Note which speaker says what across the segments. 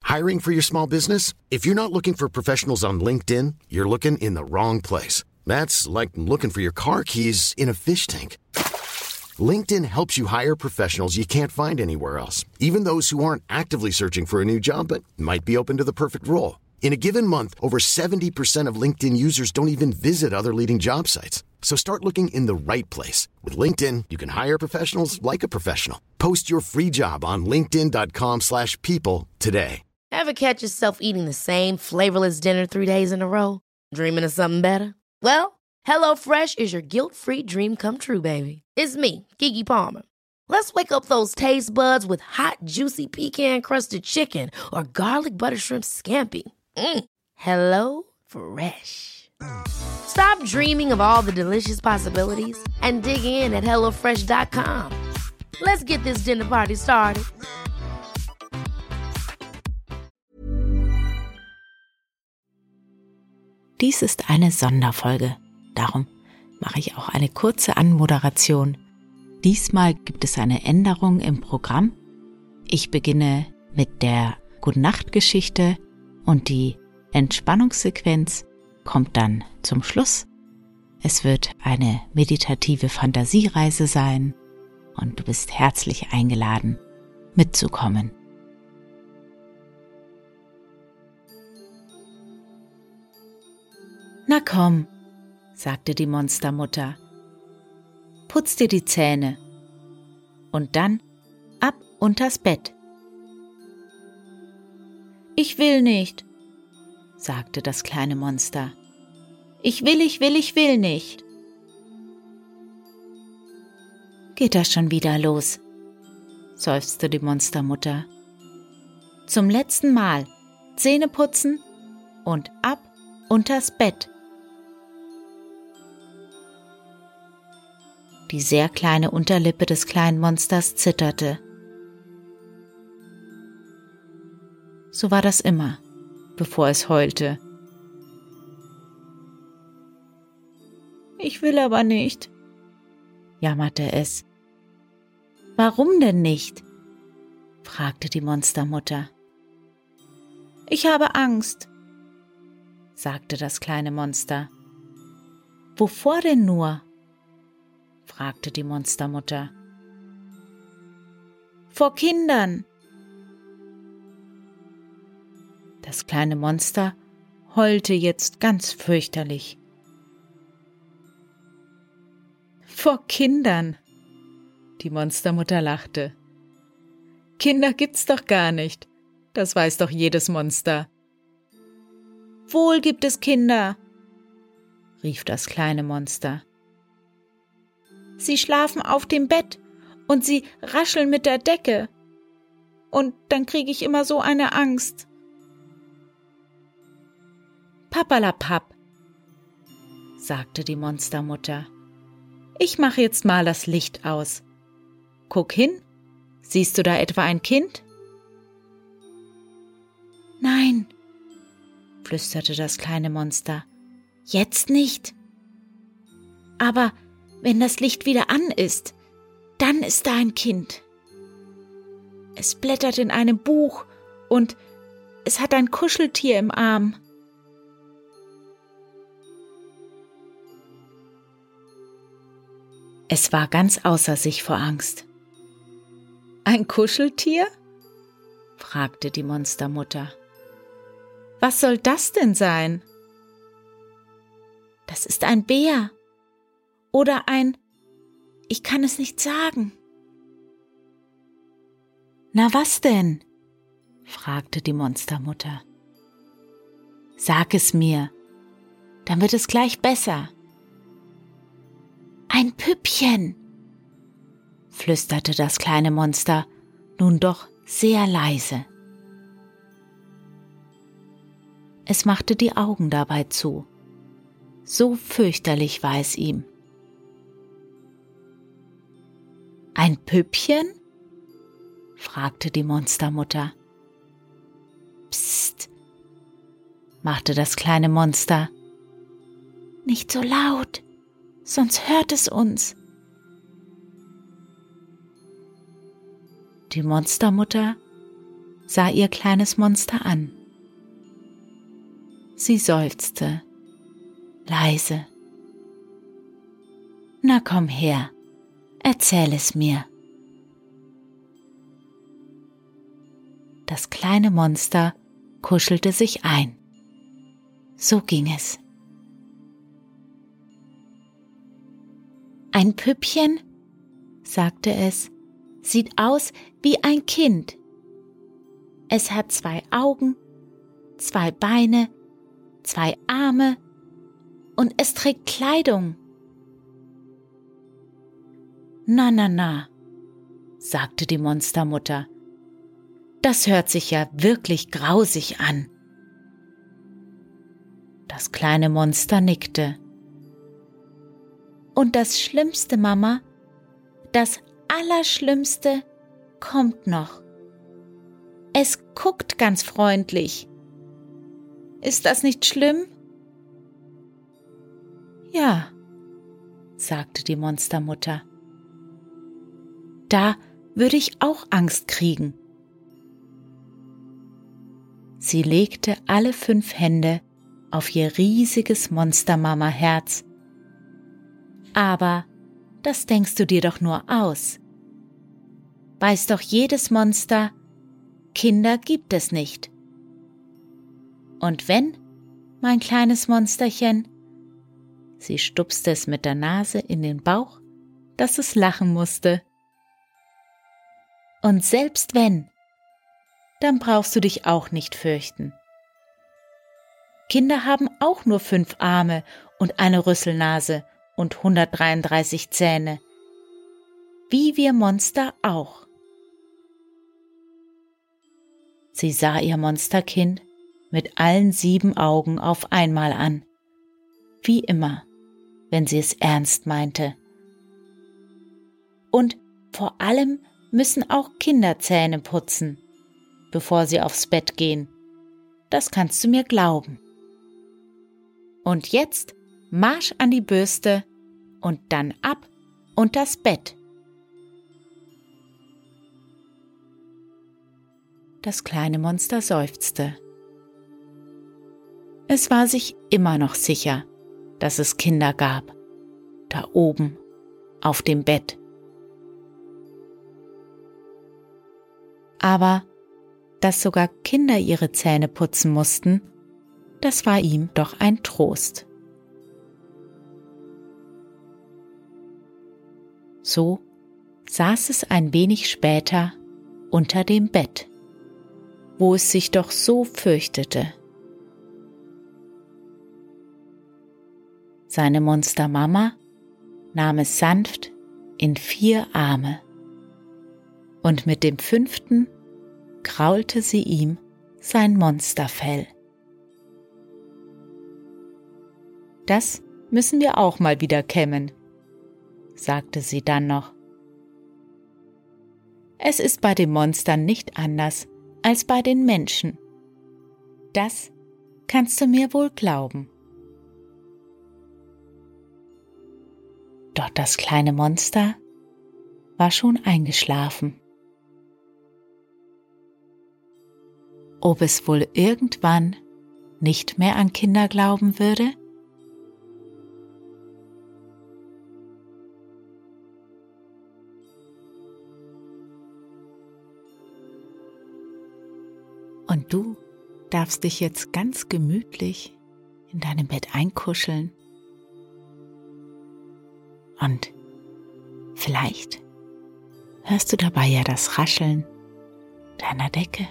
Speaker 1: Hiring for your small business? If you're not looking for professionals on LinkedIn, you're looking in the wrong place. That's like looking for your car keys in a fish tank. LinkedIn helps you hire professionals you can't find anywhere else, even those who aren't actively searching for a new job but might be open to the perfect role. In a given month, over 70% of LinkedIn users don't even visit other leading job sites. So start looking in the right place. With LinkedIn, you can hire professionals like a professional. Post your free job on linkedin.com/people today.
Speaker 2: Ever catch yourself eating the same flavorless dinner 3 days in a row? Dreaming of something better? Well, HelloFresh is your guilt-free dream come true, baby. It's me, Keke Palmer. Let's wake up those taste buds with hot, juicy pecan-crusted chicken or garlic butter shrimp scampi. Hello Fresh. Stop dreaming of all the delicious possibilities and dig in at HelloFresh.com. Let's get this dinner party started.
Speaker 3: Dies ist eine Sonderfolge. Darum mache ich auch eine kurze Anmoderation. Diesmal gibt es eine Änderung im Programm. Ich beginne mit der Gute-Nacht-Geschichte und die Entspannungssequenz kommt dann zum Schluss. Es wird eine meditative Fantasiereise sein und du bist herzlich eingeladen, mitzukommen. Na komm, sagte die Monstermutter, putz dir die Zähne und dann ab unters Bett. Ich will nicht, sagte das kleine Monster. Ich will nicht. Geht das schon wieder los, seufzte die Monstermutter. Zum letzten Mal Zähne putzen und ab unters Bett. Die sehr kleine Unterlippe des kleinen Monsters zitterte. So war das immer, bevor es heulte. Ich will aber nicht, jammerte es. Warum denn nicht? Fragte die Monstermutter. Ich habe Angst, sagte das kleine Monster. Wovor denn nur? Fragte die Monstermutter. Vor Kindern. Das kleine Monster heulte jetzt ganz fürchterlich. Vor Kindern. Die Monstermutter lachte. Kinder gibt's doch gar nicht. Das weiß doch jedes Monster. Wohl gibt es Kinder, rief das kleine Monster. Sie schlafen auf dem Bett und sie rascheln mit der Decke. Und dann kriege ich immer so eine Angst. Papperlapapp, sagte die Monstermutter. Ich mache jetzt mal das Licht aus. Guck hin, siehst du da etwa ein Kind? Nein, flüsterte das kleine Monster. Jetzt nicht. Aber wenn das Licht wieder an ist, dann ist da ein Kind. Es blättert in einem Buch und es hat ein Kuscheltier im Arm. Es war ganz außer sich vor Angst. Ein Kuscheltier? Fragte die Monstermutter. Was soll das denn sein? Das ist ein Bär. Oder ich kann es nicht sagen. Na was denn? Fragte die Monstermutter. Sag es mir, dann wird es gleich besser. Ein Püppchen, flüsterte das kleine Monster, nun doch sehr leise. Es machte die Augen dabei zu. So fürchterlich war es ihm. Ein Püppchen? Fragte die Monstermutter. Psst, machte das kleine Monster. Nicht so laut, sonst hört es uns. Die Monstermutter sah ihr kleines Monster an. Sie seufzte, leise. »Na komm her, erzähl es mir.« Das kleine Monster kuschelte sich ein. So ging es. »Ein Püppchen«, sagte es, »sieht aus wie ein Kind. Es hat 2 Augen, 2 Beine, 2 Arme und es trägt Kleidung.« »Na, sagte die Monstermutter, »das hört sich ja wirklich grausig an.« Das kleine Monster nickte. »Und das Schlimmste, Mama, das Allerschlimmste kommt noch. Es guckt ganz freundlich. Ist das nicht schlimm?« »Ja«, sagte die Monstermutter. »Da würde ich auch Angst kriegen.« Sie legte alle 5 Hände auf ihr riesiges Monstermama-Herz. »Aber das denkst du dir doch nur aus. Weiß doch jedes Monster, Kinder gibt es nicht. Und wenn, mein kleines Monsterchen«, sie stupste es mit der Nase in den Bauch, dass es lachen musste, »und selbst wenn, dann brauchst du dich auch nicht fürchten. Kinder haben auch nur 5 Arme und eine Rüsselnase und 133 Zähne, wie wir Monster auch.« Sie sah ihr Monsterkind mit allen 7 Augen auf einmal an, wie immer, wenn sie es ernst meinte. »Und vor allem müssen auch Kinder Zähne putzen, bevor sie aufs Bett gehen. Das kannst du mir glauben. Und jetzt Marsch an die Bürste und dann ab und das Bett.« Das kleine Monster seufzte. Es war sich immer noch sicher, dass es Kinder gab, da oben auf dem Bett. Aber dass sogar Kinder ihre Zähne putzen mussten, das war ihm doch ein Trost. So saß es ein wenig später unter dem Bett, wo es sich doch so fürchtete. Seine Monstermama nahm es sanft in 4 Arme und mit dem 5. kraulte sie ihm sein Monsterfell. »Das müssen wir auch mal wieder kämmen«, sagte sie dann noch. »Es ist bei den Monstern nicht anders als bei den Menschen. Das kannst du mir wohl glauben.« Doch das kleine Monster war schon eingeschlafen. Ob es wohl irgendwann nicht mehr an Kinder glauben würde? Und du darfst dich jetzt ganz gemütlich in deinem Bett einkuscheln. Und vielleicht hörst du dabei ja das Rascheln deiner Decke,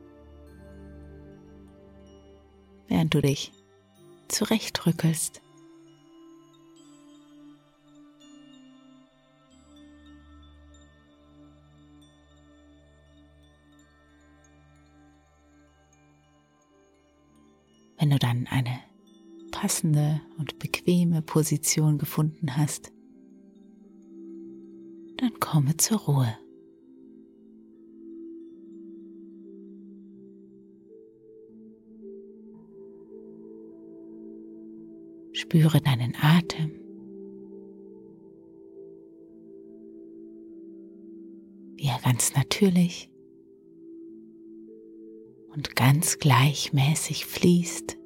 Speaker 3: während du dich zurechtrückelst. Wenn du dann eine passende und bequeme Position gefunden hast, dann komme zur Ruhe. Spüre deinen Atem. Wie er ganz natürlich und ganz gleichmäßig fließt.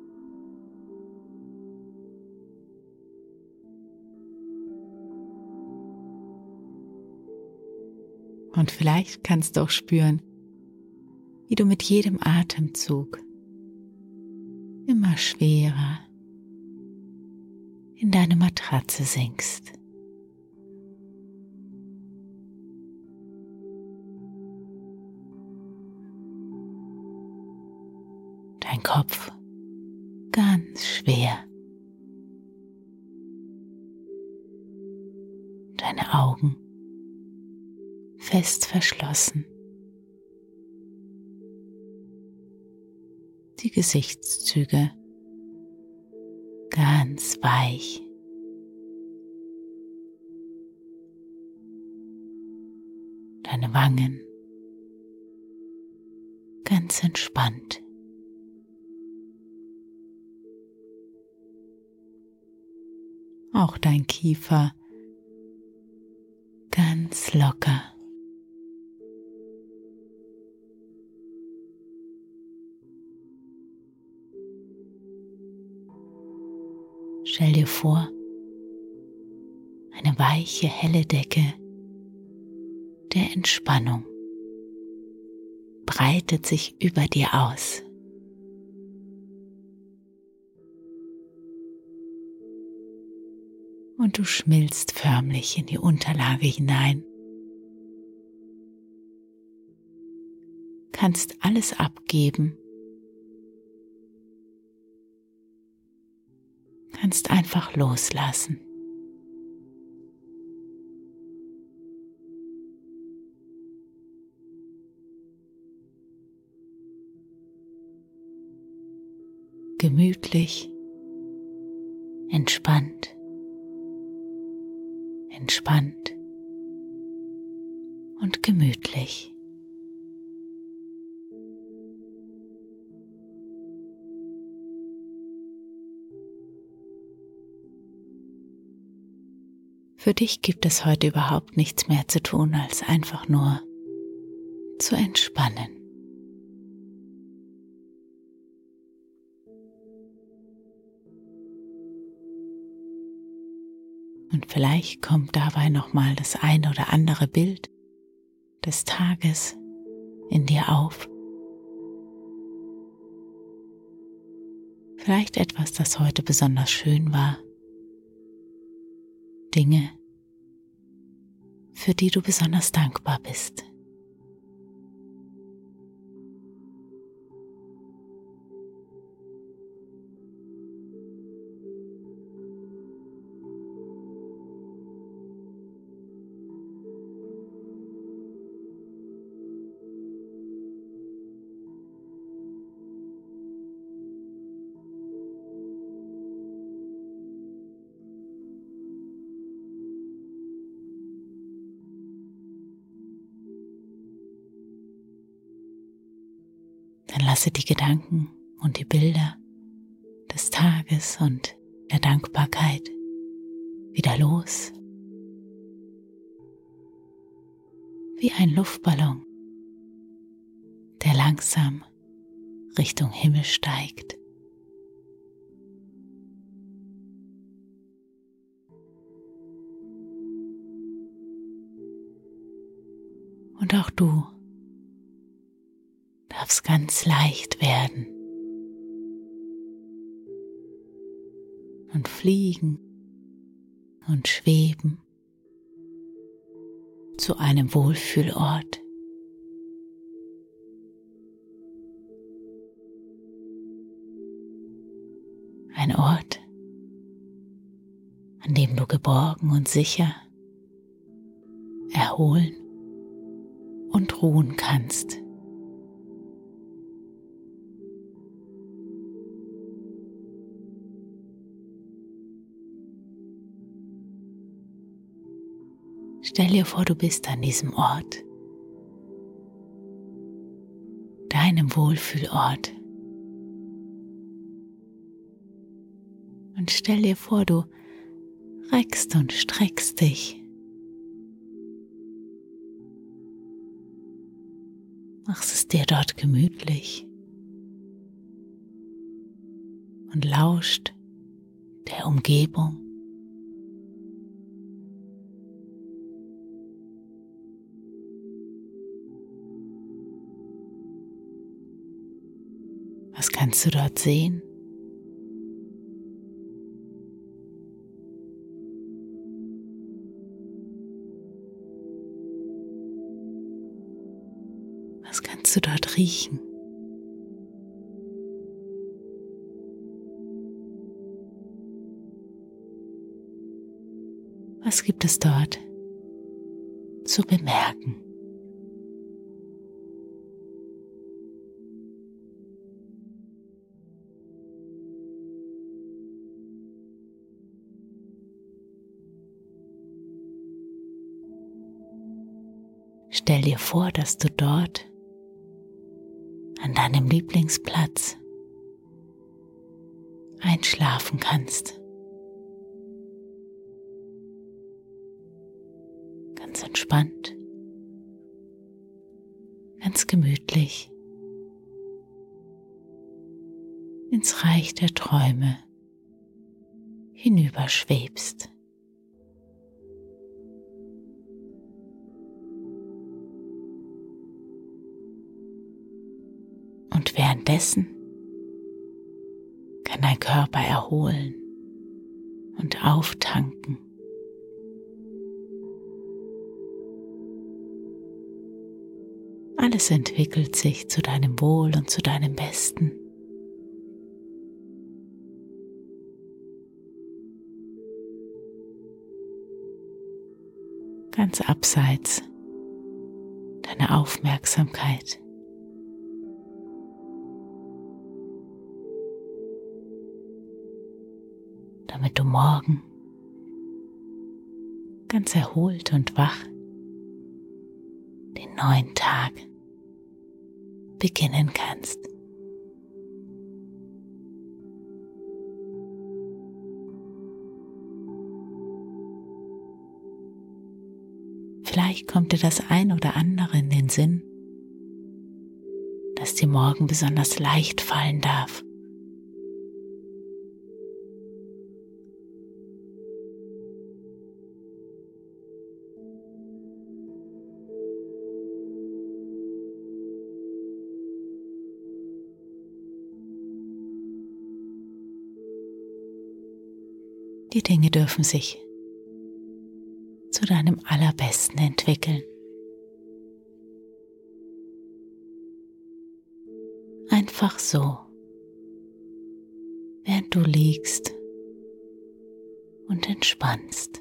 Speaker 3: Und vielleicht kannst du auch spüren, wie du mit jedem Atemzug immer schwerer in deine Matratze sinkst. Dein Kopf ganz schwer. Deine Augen fest verschlossen. Die Gesichtszüge ganz weich. Deine Wangen ganz entspannt. Auch dein Kiefer ganz locker. Stell dir vor, eine weiche, helle Decke der Entspannung breitet sich über dir aus. Und du schmilzt förmlich in die Unterlage hinein. Kannst alles abgeben. Kannst einfach loslassen. Gemütlich, entspannt, entspannt und gemütlich. Für dich gibt es heute überhaupt nichts mehr zu tun, als einfach nur zu entspannen. Und vielleicht kommt dabei nochmal das ein oder andere Bild des Tages in dir auf. Vielleicht etwas, das heute besonders schön war. Dinge, für die du besonders dankbar bist. Dann lasse die Gedanken und die Bilder des Tages und der Dankbarkeit wieder los. Wie ein Luftballon, der langsam Richtung Himmel steigt. Und auch du darfst ganz leicht werden und fliegen und schweben zu einem Wohlfühlort. Ein Ort, an dem du geborgen und sicher erholen und ruhen kannst. Stell dir vor, du bist an diesem Ort, deinem Wohlfühlort. Und stell dir vor, du reckst und streckst dich machst es dir dort gemütlich und lauscht der Umgebung. Was kannst du dort sehen? Was kannst du dort riechen? Was gibt es dort zu bemerken? Stell dir vor, dass du dort an deinem Lieblingsplatz einschlafen kannst. Ganz entspannt, ganz gemütlich ins Reich der Träume hinüberschwebst. Und währenddessen kann dein Körper erholen und auftanken. Alles entwickelt sich zu deinem Wohl und zu deinem Besten. Ganz abseits deiner Aufmerksamkeit. Damit du morgen ganz erholt und wach den neuen Tag beginnen kannst. Vielleicht kommt dir das ein oder andere in den Sinn, das dir morgen besonders leicht fallen darf. Die Dinge dürfen sich zu deinem Allerbesten entwickeln. Einfach so, während du liegst und entspannst.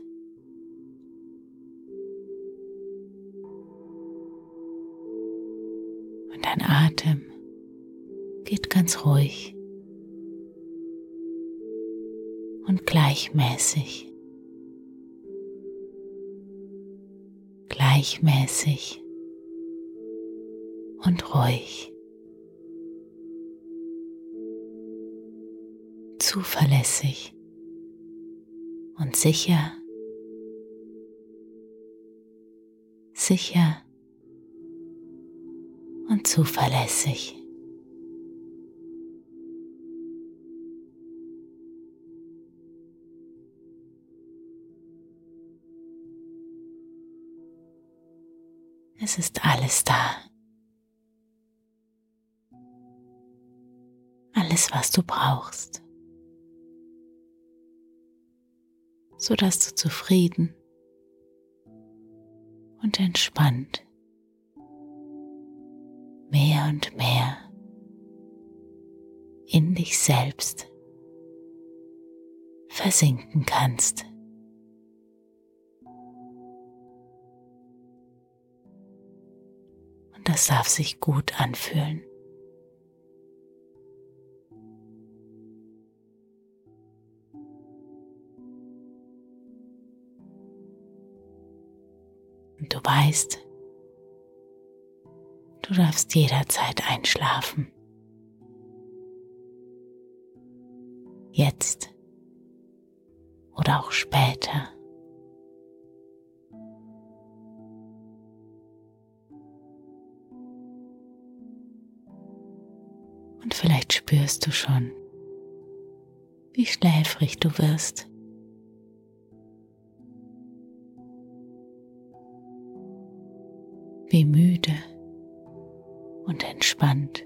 Speaker 3: Und dein Atem geht ganz ruhig und gleichmäßig und ruhig, zuverlässig und sicher und zuverlässig. Es ist alles da. Alles, was du brauchst, sodass du zufrieden und entspannt mehr und mehr in dich selbst versinken kannst. Und das darf sich gut anfühlen. Und du weißt, du darfst jederzeit einschlafen. Jetzt oder auch später. Und vielleicht spürst du schon, wie schläfrig du wirst. Wie müde und entspannt.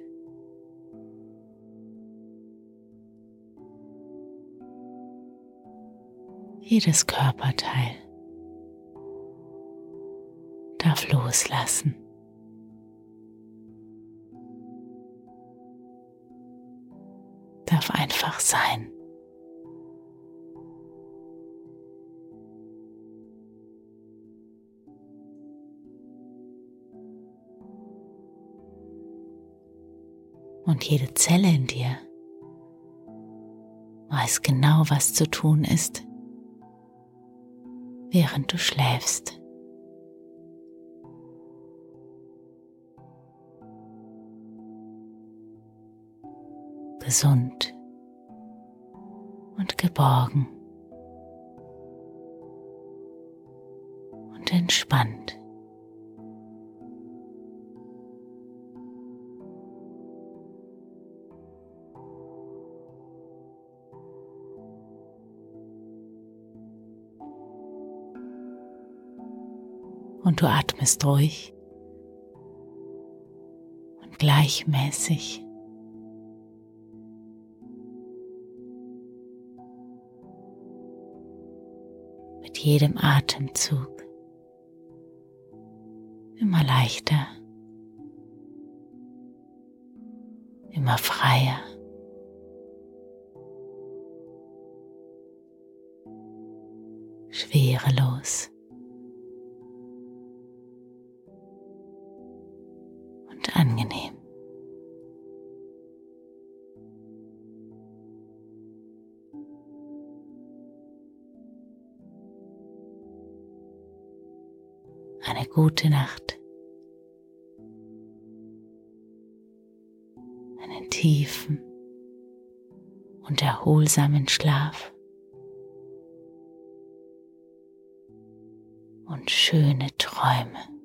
Speaker 3: Jedes Körperteil darf loslassen. Darf einfach sein. Und jede Zelle in dir weiß genau, was zu tun ist, während du schläfst. Gesund und geborgen und entspannt. Und du atmest ruhig und gleichmäßig. Mit jedem Atemzug immer leichter, immer freier. Schwerelos. Und angenehm. Eine gute Nacht. Einen tiefen und erholsamen Schlaf. Und schöne Träume.